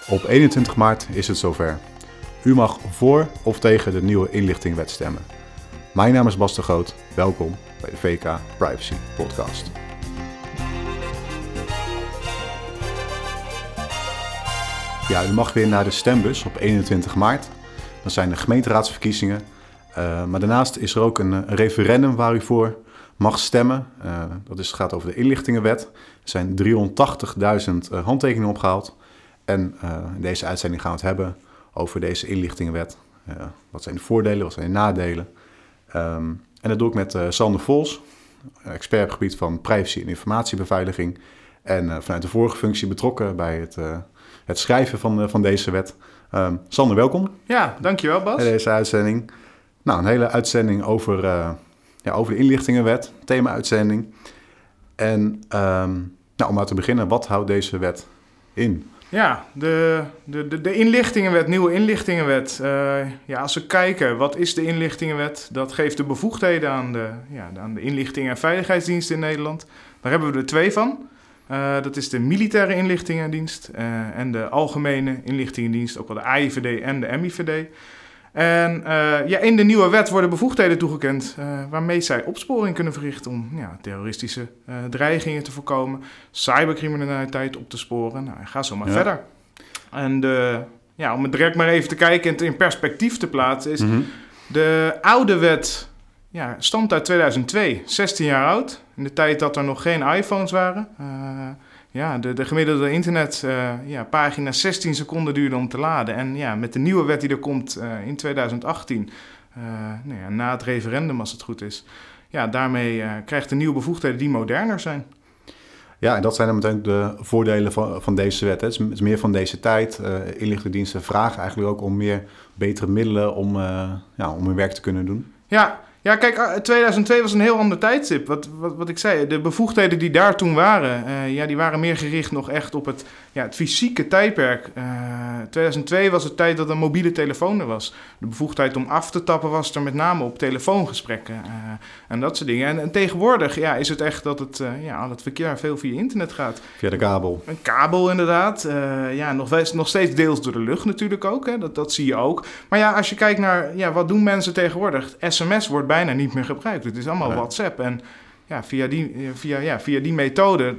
Op 21 maart is het zover. U mag voor of tegen de nieuwe inlichtingenwet stemmen. Mijn naam is Bas de Groot. Welkom bij de VK Privacy Podcast. Ja, u mag weer naar de stembus op 21 maart. Dat zijn de gemeenteraadsverkiezingen. Maar daarnaast is er ook een referendum waar u voor mag stemmen. Dat gaat over de inlichtingenwet. Er zijn 380.000 handtekeningen opgehaald. En in deze uitzending gaan we het hebben over deze inlichtingenwet. Wat zijn de voordelen, wat zijn de nadelen? En dat doe ik met Sander Vols, expert op het gebied van privacy en informatiebeveiliging. En vanuit de vorige functie betrokken bij het schrijven van deze wet. Sander, welkom. Ja, dankjewel Bas. Bij deze uitzending. Nou, een hele uitzending over de inlichtingenwet, thema-uitzending. En om maar te beginnen, wat houdt deze wet in? Ja, de inlichtingenwet, nieuwe inlichtingenwet. Als we kijken, wat is de inlichtingenwet? Dat geeft de bevoegdheden aan de inlichting- en veiligheidsdiensten in Nederland. Daar hebben we er 2 van. Dat is de militaire inlichtingendienst en de algemene inlichtingendienst, ook wel de AIVD en de MIVD. En in de nieuwe wet worden bevoegdheden toegekend waarmee zij opsporing kunnen verrichten om terroristische dreigingen te voorkomen, cybercriminaliteit op te sporen. Nou, ga zo maar verder. En om het direct maar even te kijken en het in perspectief te plaatsen is, de oude wet stamt uit 2002, 16 jaar oud, in de tijd dat er nog geen iPhones waren. De gemiddelde internetpagina 16 seconden duurde om te laden. En met de nieuwe wet die er komt in 2018, na het referendum als het goed is, daarmee krijgt de nieuwe bevoegdheden die moderner zijn. Ja, en dat zijn dan meteen de voordelen van deze wet. Hè. Het is meer van deze tijd. Inlichtingendiensten vragen eigenlijk ook om betere middelen om hun werk te kunnen doen. Ja, kijk, 2002 was een heel ander tijdstip. Wat ik zei, de bevoegdheden die daar toen waren, die waren meer gericht nog echt op het fysieke tijdperk. 2002 was het tijd dat een mobiele telefoon er was. De bevoegdheid om af te tappen was er met name op telefoongesprekken en dat soort dingen. En tegenwoordig is het echt dat al het verkeer veel via internet gaat. Via de kabel. Een kabel inderdaad. Nog steeds deels door de lucht natuurlijk ook. Hè. Dat zie je ook. Maar als je kijkt naar wat doen mensen tegenwoordig. SMS wordt bijna niet meer gebruikt. Het is allemaal WhatsApp. En via die methode,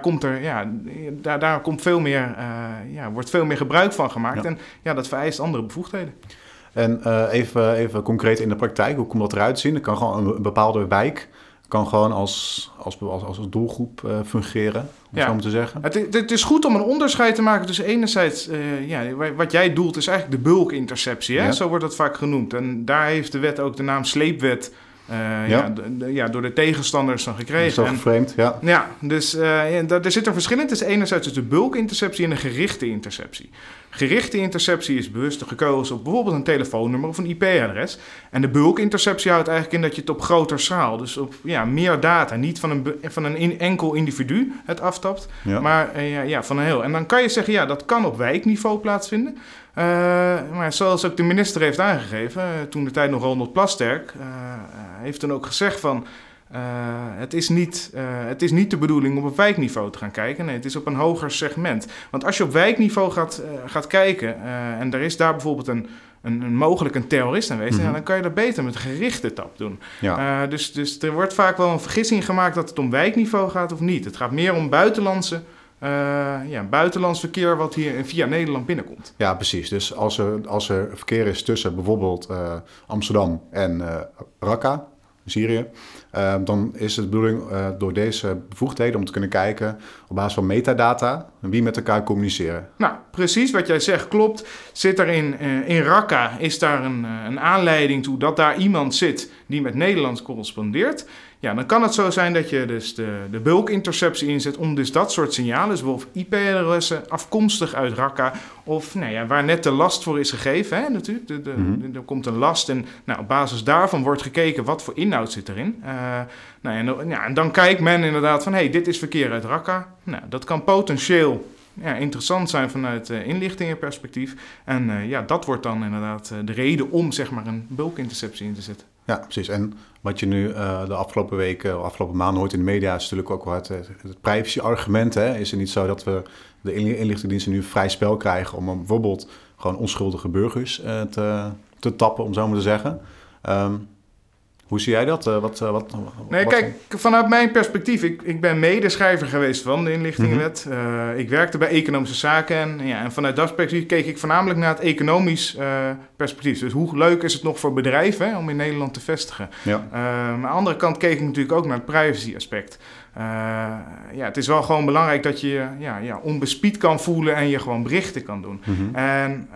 daar komt veel meer, wordt veel meer gebruik van gemaakt. Ja. En dat vereist andere bevoegdheden. En even concreet in de praktijk, hoe komt dat eruit te zien? Er kan gewoon een bepaalde wijk kan gewoon als doelgroep fungeren, om zo maar te zeggen. Het is goed om een onderscheid te maken tussen enerzijds, wat jij doelt is eigenlijk de bulkinterceptie. Hè? Ja. Zo wordt dat vaak genoemd. En daar heeft de wet ook de naam sleepwet door de tegenstanders van gekregen. Zo geframed, Dus er zit een verschil in tussen enerzijds de bulkinterceptie en de gerichte interceptie. Gerichte interceptie is bewust gekozen op bijvoorbeeld een telefoonnummer of een IP-adres. En de bulkinterceptie houdt eigenlijk in dat je het op groter schaal, dus op meer data, niet van een enkel individu het aftapt, maar van een heel. En dan kan je zeggen, dat kan op wijkniveau plaatsvinden. Maar zoals ook de minister heeft aangegeven, toen de tijd nog Ronald Plasterk, heeft dan ook gezegd van, het is niet de bedoeling om op wijkniveau te gaan kijken. Nee, het is op een hoger segment. Want als je op wijkniveau gaat kijken en er is daar bijvoorbeeld mogelijk een terrorist aanwezig, dan kan je dat beter met een gerichte tap doen. Ja. Dus er wordt vaak wel een vergissing gemaakt dat het om wijkniveau gaat of niet. Het gaat meer om buitenlands verkeer wat hier via Nederland binnenkomt. Ja, precies. Dus als er verkeer is tussen bijvoorbeeld Amsterdam en Raqqa, Syrië, dan is het de bedoeling door deze bevoegdheden om te kunnen kijken op basis van metadata wie met elkaar communiceren. Nou, precies wat jij zegt klopt. Zit er in Raqqa, is daar een aanleiding toe dat daar iemand zit die met Nederland correspondeert. Ja, dan kan het zo zijn dat je dus de bulkinterceptie inzet om dus dat soort signalen, dus bijvoorbeeld IP-adressen afkomstig uit Raqqa of waar net de last voor is gegeven, hè, natuurlijk. Er komt een last en op basis daarvan wordt gekeken wat voor inhoud zit erin. En dan kijkt men inderdaad van, dit is verkeer uit Raqqa. Nou, dat kan potentieel interessant zijn vanuit inlichtingenperspectief. En dat wordt dan inderdaad de reden om zeg maar een bulkinterceptie in te zetten. Ja, precies. En wat je nu de afgelopen weken, afgelopen maanden hoort in de media, is natuurlijk ook wel het privacy-argument. Hè? Is het niet zo dat we de inlichtingendiensten nu vrij spel krijgen om bijvoorbeeld gewoon onschuldige burgers te tappen, om zo maar te zeggen? Hoe zie jij dat? Kijk, vanuit mijn perspectief, ik ben medeschrijver geweest van de inlichtingenwet. Ik werkte bij economische zaken en vanuit dat perspectief keek ik voornamelijk naar het economisch perspectief. Dus hoe leuk is het nog voor bedrijven om in Nederland te vestigen? Ja. Aan de andere kant keek ik natuurlijk ook naar het privacy aspect. Het is wel gewoon belangrijk dat je onbespied kan voelen en je gewoon berichten kan doen. En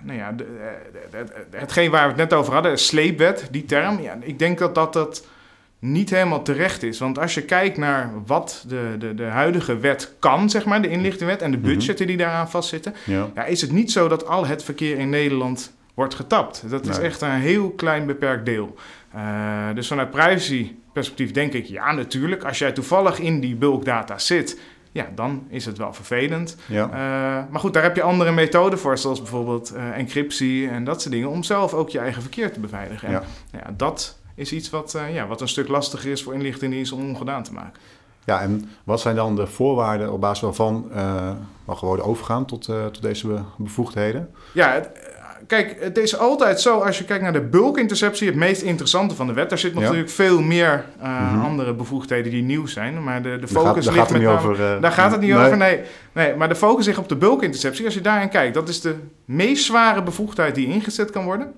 hetgeen waar we het net over hadden, sleepwet, die term, ik denk dat niet helemaal terecht is. Want als je kijkt naar wat de huidige wet kan, zeg maar, de inlichtingenwet en de budgetten die daaraan vastzitten, is het niet zo dat al het verkeer in Nederland wordt getapt. Dat is echt een heel klein beperkt deel. Dus vanuit privacy perspectief denk ik, ja, natuurlijk. Als jij toevallig in die bulkdata zit, dan is het wel vervelend. Ja. Maar goed, daar heb je andere methoden voor, zoals bijvoorbeeld encryptie en dat soort dingen, om zelf ook je eigen verkeer te beveiligen. Ja. En dat is iets wat een stuk lastiger is voor inlichtingendiensten om ongedaan te maken. Ja, en wat zijn dan de voorwaarden op basis waarvan mag worden overgaan tot deze bevoegdheden? Ja, kijk, het is altijd zo, als je kijkt naar de bulkinterceptie, het meest interessante van de wet. Daar zit natuurlijk veel meer andere bevoegdheden die nieuw zijn. Maar de focus ligt met name... Daar gaat het niet over, nee. Maar de focus ligt op de bulkinterceptie. Als je daarin kijkt, dat is de meest zware bevoegdheid die ingezet kan worden.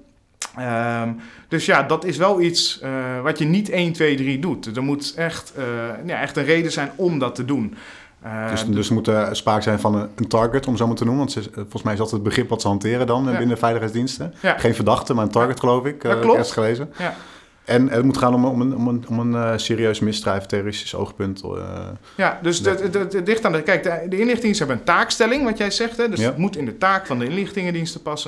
Dus dat is wel iets wat je niet 1, 2, 3 doet. Er moet echt een reden zijn om dat te doen. Dus er moet sprake zijn van een target, om zo maar te noemen. Want volgens mij is dat het begrip wat ze hanteren dan binnen veiligheidsdiensten. Ja. Geen verdachte, maar een target, geloof ik. Dat klopt. Eerst gelezen. Ja. En het moet gaan om een serieus misdrijf, terroristisch oogpunt. Dus het ligt aan de... Kijk, de inlichtingendiensten hebben een taakstelling, wat jij zegt. Hè? Dus het moet in de taak van de inlichtingendiensten passen.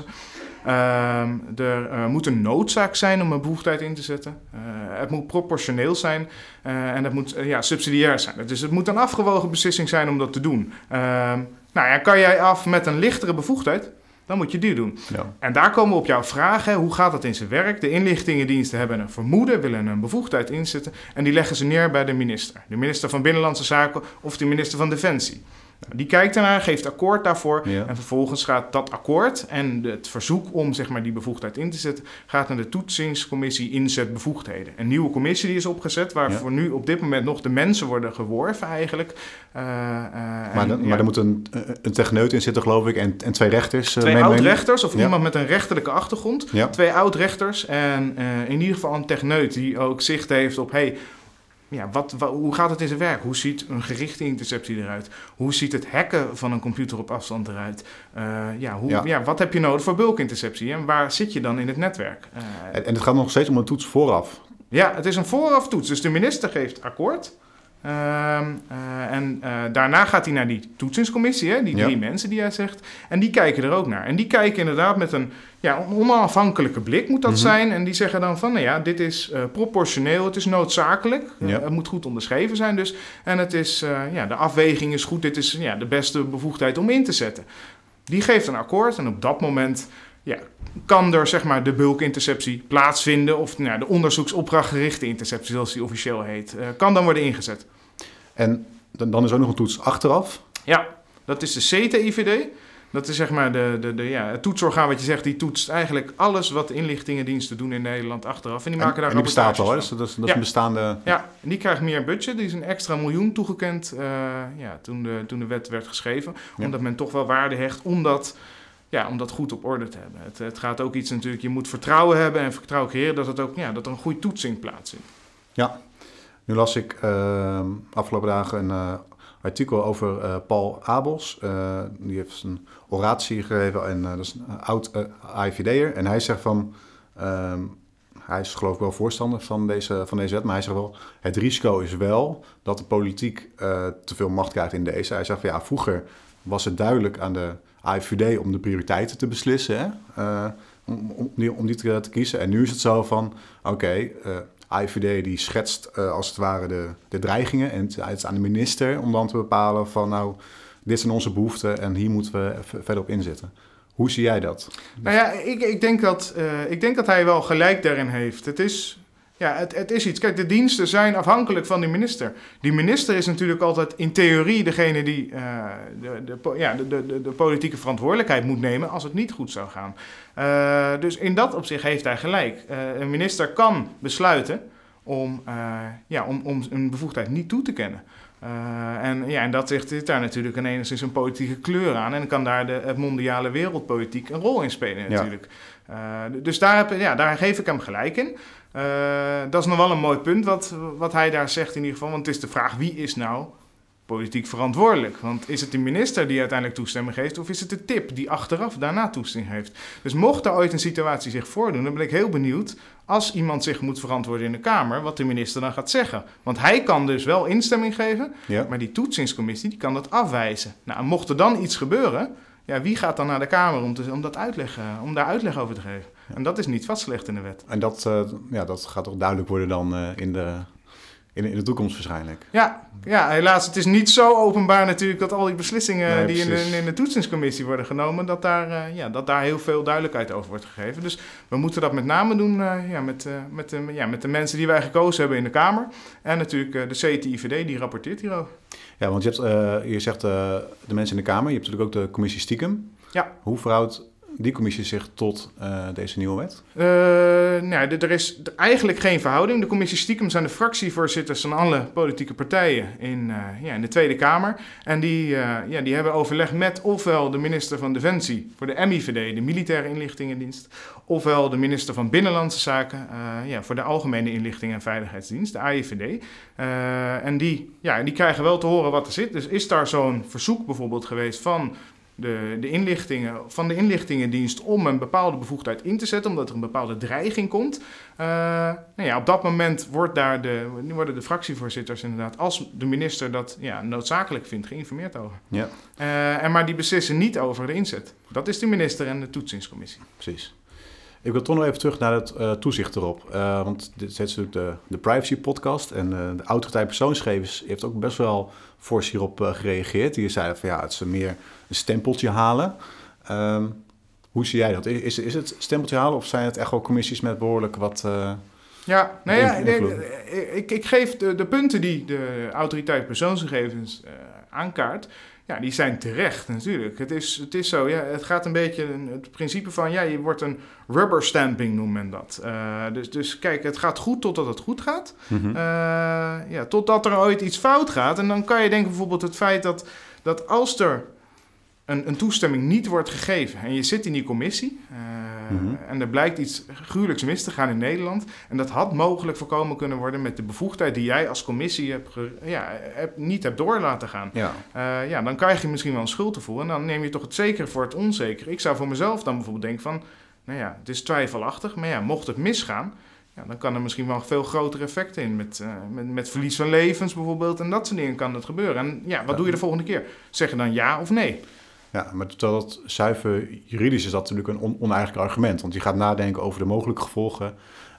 Er moet een noodzaak zijn om een bevoegdheid in te zetten. Het moet proportioneel zijn en het moet subsidiair zijn. Dus het moet een afgewogen beslissing zijn om dat te doen. Kan jij af met een lichtere bevoegdheid, dan moet je die doen. Ja. En daar komen we op jouw vraag. Hè, hoe gaat dat in zijn werk? De inlichtingendiensten hebben een vermoeden, willen een bevoegdheid inzetten en die leggen ze neer bij de minister. De minister van Binnenlandse Zaken of de minister van Defensie. Die kijkt ernaar, geeft akkoord daarvoor en vervolgens gaat dat akkoord en het verzoek om die bevoegdheid in te zetten gaat naar de toetsingscommissie inzetbevoegdheden. Een nieuwe commissie die is opgezet waarvoor nu op dit moment nog de mensen worden geworven eigenlijk. Maar er moet een techneut in zitten, geloof ik, en 2 rechters. 2 oud-rechters of iemand met een rechterlijke achtergrond. Ja. 2 oud-rechters en in ieder geval een techneut die ook zicht heeft op... hoe gaat het in zijn werk? Hoe ziet een gerichte interceptie eruit? Hoe ziet het hacken van een computer op afstand eruit? Wat heb je nodig voor bulkinterceptie? En waar zit je dan in het netwerk? En het gaat nog steeds om een toets vooraf. Ja, het is een vooraftoets. Dus de minister geeft akkoord. Daarna gaat hij naar die toetsingscommissie, die 3 mensen die hij zegt. En die kijken er ook naar. En die kijken inderdaad met een onafhankelijke blik moet dat zijn. En die zeggen dan van, dit is proportioneel, het is noodzakelijk. Het moet goed onderschreven zijn dus. En het is, de afweging is goed, dit is de beste bevoegdheid om in te zetten. Die geeft een akkoord en op dat moment... kan er de bulkinterceptie plaatsvinden... of de onderzoeksopdrachtgerichte interceptie, zoals die officieel heet... kan dan worden ingezet. En dan is er ook nog een toets achteraf? Ja, dat is de CTIVD. Dat is het toetsorgaan wat je zegt... die toetst eigenlijk alles wat inlichtingendiensten doen in Nederland achteraf. En die maken daar bestaat al, hè? Dus dat is een bestaande... Ja, en die krijgt meer budget. Die is een extra $1 miljoen toegekend toen de wet werd geschreven. Omdat men toch wel waarde hecht om dat goed op orde te hebben. Het gaat ook iets natuurlijk, je moet vertrouwen hebben en vertrouwen creëren dat er een goede toetsing plaatsvindt. Ja, nu las ik afgelopen dagen een artikel over Paul Abels. Die heeft een oratie gegeven en dat is een oud AIVD'er. En hij zegt van, hij is geloof ik wel voorstander van deze wet, maar hij zegt wel, het risico is wel dat de politiek te veel macht krijgt in deze. Hij zegt van vroeger was het duidelijk aan de AIVD om de prioriteiten te beslissen, om die te kiezen. En nu is het zo van, AIVD die schetst als het ware de dreigingen en het is aan de minister om dan te bepalen van dit zijn onze behoeften en hier moeten we verder op inzetten. Hoe zie jij dat? Ik denk dat hij wel gelijk daarin heeft. Het is het is iets. Kijk, de diensten zijn afhankelijk van die minister. Die minister is natuurlijk altijd in theorie degene die de politieke verantwoordelijkheid moet nemen als het niet goed zou gaan. Dus in dat opzicht heeft hij gelijk. Een minister kan besluiten om een bevoegdheid niet toe te kennen. En dat zit daar natuurlijk enigszins een politieke kleur aan. En dan kan daar de mondiale wereldpolitiek een rol in spelen natuurlijk. Dus daar geef ik hem gelijk in. Dat is nog wel een mooi punt wat hij daar zegt in ieder geval. Want het is de vraag, wie is nou politiek verantwoordelijk? Want is het de minister die uiteindelijk toestemming geeft... of is het de tip die achteraf daarna toestemming heeft? Dus mocht er ooit een situatie zich voordoen... dan ben ik heel benieuwd, als iemand zich moet verantwoorden in de Kamer... wat de minister dan gaat zeggen. Want hij kan dus wel instemming geven... maar die toetsingscommissie die kan dat afwijzen. Nou, mocht er dan iets gebeuren... wie gaat dan naar de Kamer om daar uitleg over te geven? Ja. En dat is niet vastgelegd in de wet. En dat gaat toch duidelijk worden dan in de toekomst waarschijnlijk? Ja, helaas. Het is niet zo openbaar natuurlijk dat al die beslissingen die in de toetsingscommissie worden genomen, dat daar heel veel duidelijkheid over wordt gegeven. Dus we moeten dat met name doen met de mensen die wij gekozen hebben in de Kamer. En natuurlijk de CET-IVD, die rapporteert hierover. Ja, want je zegt de mensen in de Kamer, je hebt natuurlijk ook de commissie Stiekem. Ja. Hoe verhoudt die commissie zich tot deze nieuwe wet? Er is eigenlijk geen verhouding. De commissie Stiekem zijn de fractievoorzitters van alle politieke partijen in de Tweede Kamer. En die hebben overleg met ofwel de minister van Defensie voor de MIVD, de Militaire Inlichtingendienst, ofwel de minister van Binnenlandse Zaken voor de Algemene Inlichting en Veiligheidsdienst, de AIVD. En die krijgen wel te horen wat er zit. Dus is daar zo'n verzoek bijvoorbeeld geweest van de inlichtingendienst om een bepaalde bevoegdheid in te zetten, omdat er een bepaalde dreiging komt. Op dat moment worden de fractievoorzitters inderdaad, als de minister dat noodzakelijk vindt, geïnformeerd over. Ja. Maar die beslissen niet over de inzet. Dat is de minister en de toetsingscommissie. Precies. Ik wil toch nog even terug naar het toezicht erop. Want dit is natuurlijk de privacy podcast. En de autoriteit persoonsgegevens heeft ook best wel fors hierop gereageerd. Die zeiden van het is meer een stempeltje halen. Hoe zie jij dat? Is het stempeltje halen of zijn het echt wel commissies met behoorlijk wat... Ik geef de punten die de autoriteit persoonsgegevens aankaart. Ja, die zijn terecht natuurlijk. Het is zo, het gaat een beetje het principe van, je wordt een rubber stamping noemt men dat. Dus kijk, het gaat goed totdat het goed gaat. Mm-hmm. Totdat er ooit iets fout gaat. En dan kan je denken bijvoorbeeld het feit dat als er een toestemming niet wordt gegeven en je zit in die commissie en er blijkt iets gruwelijks mis te gaan in Nederland en dat had mogelijk voorkomen kunnen worden met de bevoegdheid die jij als commissie niet hebt door laten gaan. Ja. Dan krijg je misschien wel een schuldgevoel en dan neem je toch het zekere voor het onzekere. Ik zou voor mezelf dan bijvoorbeeld denken van, het is twijfelachtig, maar mocht het misgaan, dan kan er misschien wel veel grotere effecten in. Met verlies van levens bijvoorbeeld en dat soort dingen kan dat gebeuren. En wat doe je de volgende keer? Zeg je dan ja of nee? Ja, maar terwijl dat zuiver juridisch is dat natuurlijk een oneigenlijk argument. Want je gaat nadenken over de mogelijke gevolgen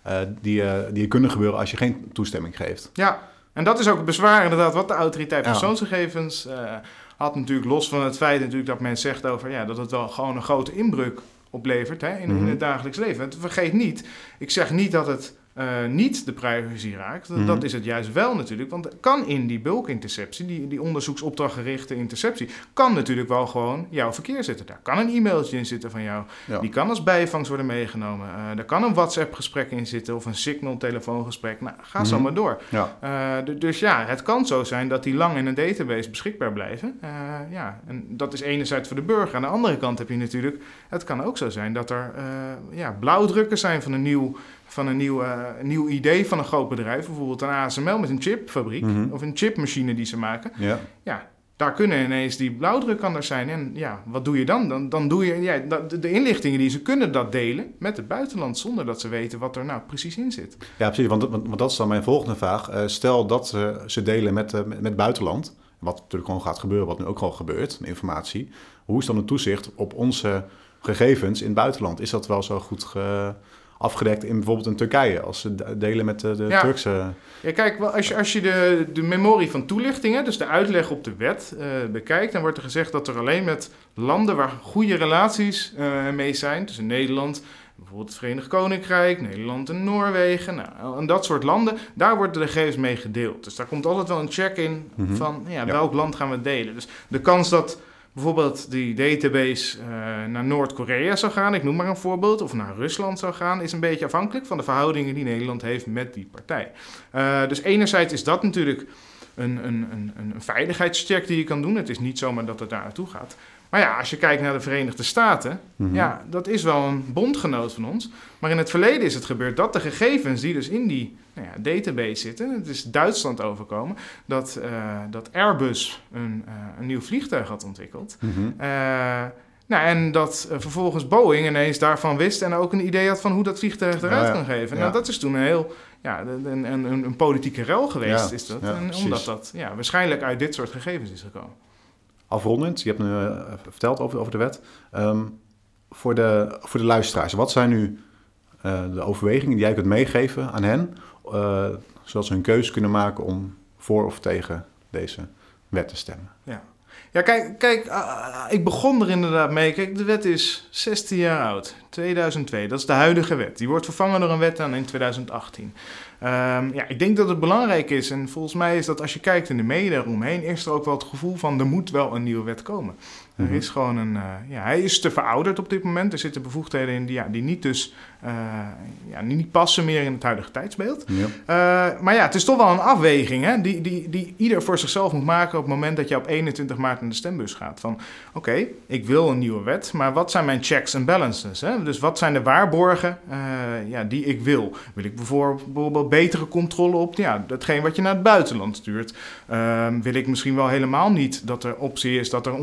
die kunnen gebeuren als je geen toestemming geeft. Ja, en dat is ook het bezwaar inderdaad wat de autoriteit persoonsgegevens had natuurlijk los van het feit natuurlijk dat men zegt over dat het wel gewoon een grote inbreuk oplevert in het dagelijks leven. En vergeet niet, ik zeg niet dat het niet de privacy raakt. Dat is het juist wel natuurlijk. Want kan in die bulkinterceptie, die onderzoeksopdrachtgerichte interceptie, kan natuurlijk wel gewoon jouw verkeer zitten. Daar kan een e-mailtje in zitten van jou. Ja. Die kan als bijvangst worden meegenomen. Daar kan een WhatsApp-gesprek in zitten of een Signal-telefoongesprek. Nou, ga zo maar door. Ja. Dus het kan zo zijn dat die lang in een database beschikbaar blijven. En dat is enerzijds voor de burger. Aan de andere kant heb je natuurlijk, het kan ook zo zijn dat er blauwdrukken zijn van een nieuw idee van een groot bedrijf. Bijvoorbeeld een ASML met een chipfabriek of een chipmachine die ze maken. Ja, daar kunnen ineens die blauwdruk kan er zijn. En wat doe je dan? Dan doe je de inlichtingen die ze kunnen dat delen met het buitenland zonder dat ze weten wat er nou precies in zit. Ja, precies. Want dat is dan mijn volgende vraag. Stel dat ze delen met het buitenland, wat natuurlijk gewoon gaat gebeuren, wat nu ook al gebeurt, informatie. Hoe is dan het toezicht op onze gegevens in het buitenland? Is dat wel zo goed afgedekt in bijvoorbeeld in Turkije, als ze delen met de Turkse... Ja, kijk, als je de memorie van toelichtingen, dus de uitleg op de wet, bekijkt, dan wordt er gezegd dat er alleen met landen waar goede relaties mee zijn, tussen Nederland, Bijvoorbeeld het Verenigd Koninkrijk, Nederland en Noorwegen. Nou, en dat soort landen, daar worden de gegevens mee gedeeld. Dus daar komt altijd wel een check in van welk land gaan we delen. Dus de kans dat bijvoorbeeld die database naar Noord-Korea zou gaan, ik noem maar een voorbeeld, of naar Rusland zou gaan, is een beetje afhankelijk van de verhoudingen die Nederland heeft met die partij. Dus enerzijds is dat natuurlijk een veiligheidscheck die je kan doen. Het is niet zomaar dat het daar naartoe gaat. Maar ja, als je kijkt naar de Verenigde Staten, dat is wel een bondgenoot van ons. Maar in het verleden is het gebeurd dat de gegevens die dus in die database zitten, het is Duitsland overkomen, dat Airbus een nieuw vliegtuig had ontwikkeld. En dat vervolgens Boeing ineens daarvan wist en ook een idee had van hoe dat vliegtuig eruit kan geven. Ja. Nou, dat is toen een heel een politieke rel geweest, is dat. En omdat dat waarschijnlijk uit dit soort gegevens is gekomen. Afrondend, je hebt nu verteld over de wet. Voor de luisteraars, wat zijn nu de overwegingen die jij kunt meegeven aan hen, zodat ze hun keuze kunnen maken om voor of tegen deze wet te stemmen? Ja, kijk, ik begon er inderdaad mee. Kijk, de wet is 16 jaar oud, 2002. Dat is de huidige wet. Die wordt vervangen door een wet in 2018. Ik denk dat het belangrijk is, en volgens mij is dat als je kijkt in de media eromheen, is er ook wel het gevoel van er moet wel een nieuwe wet komen. Er is gewoon hij is te verouderd op dit moment. Er zitten bevoegdheden in die niet dus niet passen meer in het huidige tijdsbeeld. Ja. Maar het is toch wel een afweging, hè, die ieder voor zichzelf moet maken op het moment dat je op 21 maart naar de stembus gaat. Van oké, ik wil een nieuwe wet, maar wat zijn mijn checks en balances? Hè? Dus wat zijn de waarborgen die ik wil? Wil ik bijvoorbeeld betere controle op datgene wat je naar het buitenland stuurt? Wil ik misschien wel helemaal niet dat er optie is dat er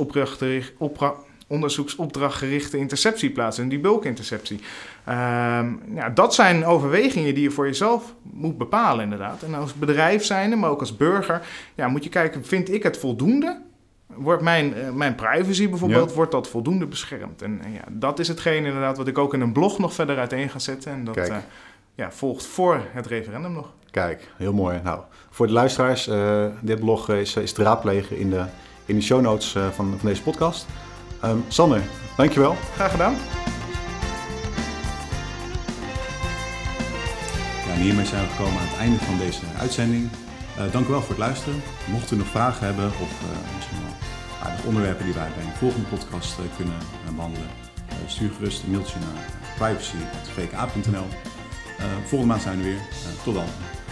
onderzoeksopdrachtgerichte interceptie plaatsen, die bulkinterceptie. Dat zijn overwegingen die je voor jezelf moet bepalen inderdaad. En als bedrijf zijnde, maar ook als burger, moet je kijken, vind ik het voldoende? Wordt mijn privacy bijvoorbeeld, wordt dat voldoende beschermd? En dat is hetgeen inderdaad wat ik ook in een blog nog verder uiteen ga zetten. En dat volgt voor het referendum nog. Kijk, heel mooi. Nou, voor de luisteraars, dit blog is te raadplegen in de show notes van deze podcast. Sander, dankjewel. Graag gedaan. En hiermee zijn we gekomen aan het einde van deze uitzending. Dank u wel voor het luisteren. Mocht u nog vragen hebben of misschien wel aardige onderwerpen die wij bij een volgende podcast kunnen behandelen, stuur gerust een mailtje naar privacy@vka.nl. Volgende maand zijn we weer. Tot dan.